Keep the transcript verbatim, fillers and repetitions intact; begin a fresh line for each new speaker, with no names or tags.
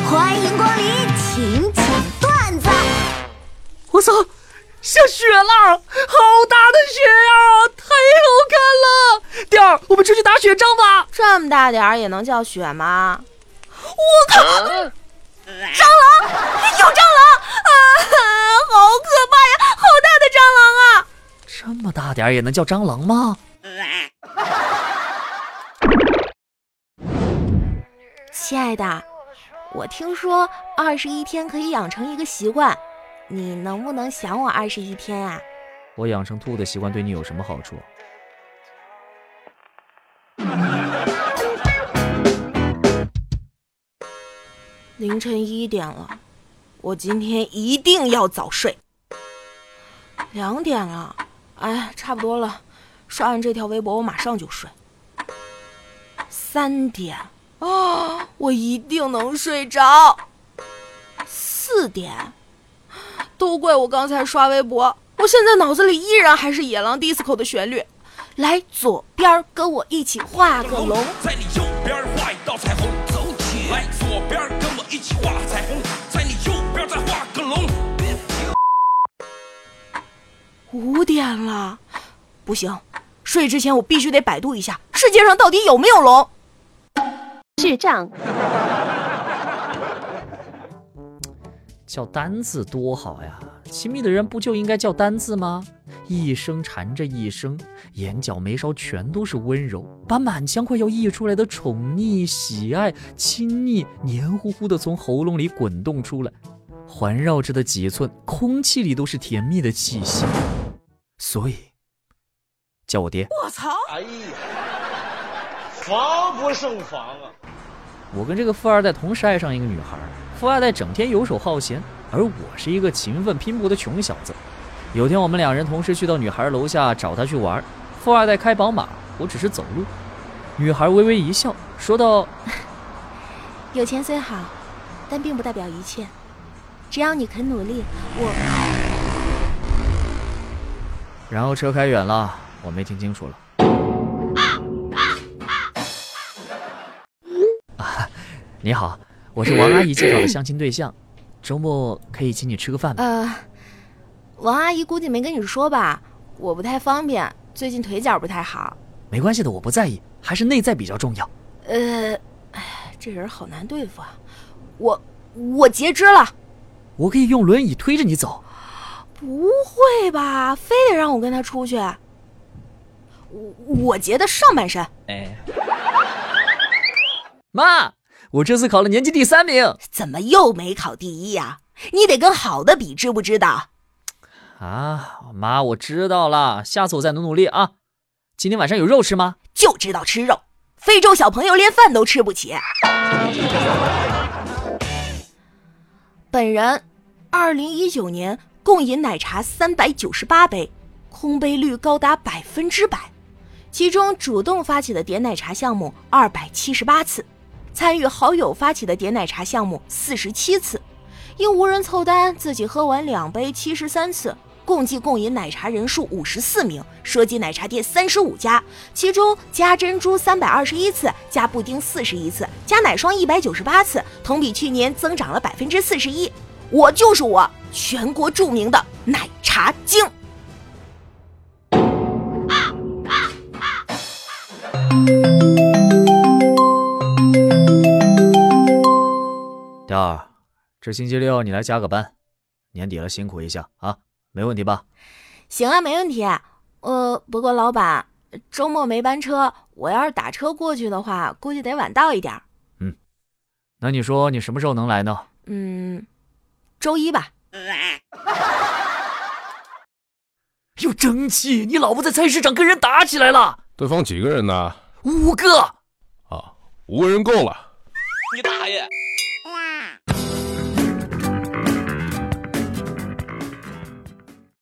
欢迎光临请讲段子。
我操，下雪了，好大的雪呀，太好看了！弟儿，我们出去打雪仗吧。
这么大点儿也能叫雪吗？
我靠！
蟑螂，有蟑螂啊！好可怕呀，好大的蟑螂啊！
这么大点儿也能叫蟑螂吗？
亲爱的，我听说二十一天可以养成一个习惯，你能不能想我二十一天啊？
我养成吐的习惯对你有什么好处？
凌晨一点了，我今天一定要早睡。两点了，哎，差不多了，刷完这条微博我马上就睡。三点啊，我一定能睡着。四点，都怪我刚才刷微博，我现在脑子里依然还是野狼 disco 的旋律。来，左边跟我一起画个龙，
在你右边画一道彩虹，走起来，左边跟我一起画彩虹，在你右边再画个龙。
五点了，不行，睡之前我必须得百度一下世界上到底有没有龙。
智障。
叫单字多好呀，亲密的人不就应该叫单字吗？一声缠着一声，眼角眉梢全都是温柔，把满腔快要溢出来的宠溺、喜爱、亲昵黏糊糊的从喉咙里滚动出来，环绕着的几寸空气里都是甜蜜的气息。所以叫我爹。
我操！
哎呀，防不胜防啊！
我跟这个富二代同时爱上一个女孩，富二代整天游手好闲，而我是一个勤奋拼搏的穷小子。有天我们两人同时去到女孩楼下找她去玩，富二代开宝马，我只是走路。女孩微微一笑，说道：
有钱虽好，但并不代表一切，只要你肯努力，我……
然后车开远了，我没听清楚了。啊，你好，我是王阿姨介绍的相亲对象，周末可以请你吃个饭吗？
呃，王阿姨估计没跟你说吧，我不太方便，最近腿脚不太好。
没关系的，我不在意，还是内在比较重要。
呃，哎，这人好难对付啊！我我截肢了，
我可以用轮椅推着你走。
不会吧？非得让我跟他出去？我我截的上半身。
哎，妈，我这次考了年级第三名。
怎么又没考第一呀、啊？你得跟好的比，知不知道？
啊，妈，我知道了，下次我再努努力啊。今天晚上有肉吃吗？
就知道吃肉，非洲小朋友连饭都吃不起。
本人二零一九年共饮奶茶三百九十八杯，空杯率高达百分之百，其中主动发起的点奶茶项目二百七十八次，参与好友发起的点奶茶项目四十七次，因无人凑单自己喝完两杯七十三次，共计共饮奶茶人数五十四名，涉及奶茶店三十五家，其中加珍珠三百二十一次，加布丁四十一次，加奶霜一百九十八次，同比去年增长了百分之四十一。我就是我，全国著名的奶茶精。
第二，这星期六你来加个班，年底了辛苦一下啊，没问题吧？
行啊，没问题。呃，不过老板，周末没班车，我要是打车过去的话，估计得晚到一点。
嗯，那你说你什么时候能来呢？
嗯，周一吧。
有争气，你老婆在菜市场跟人打起来了。
对方几个人呢？
五个。
啊，五个人够了。
你大爷！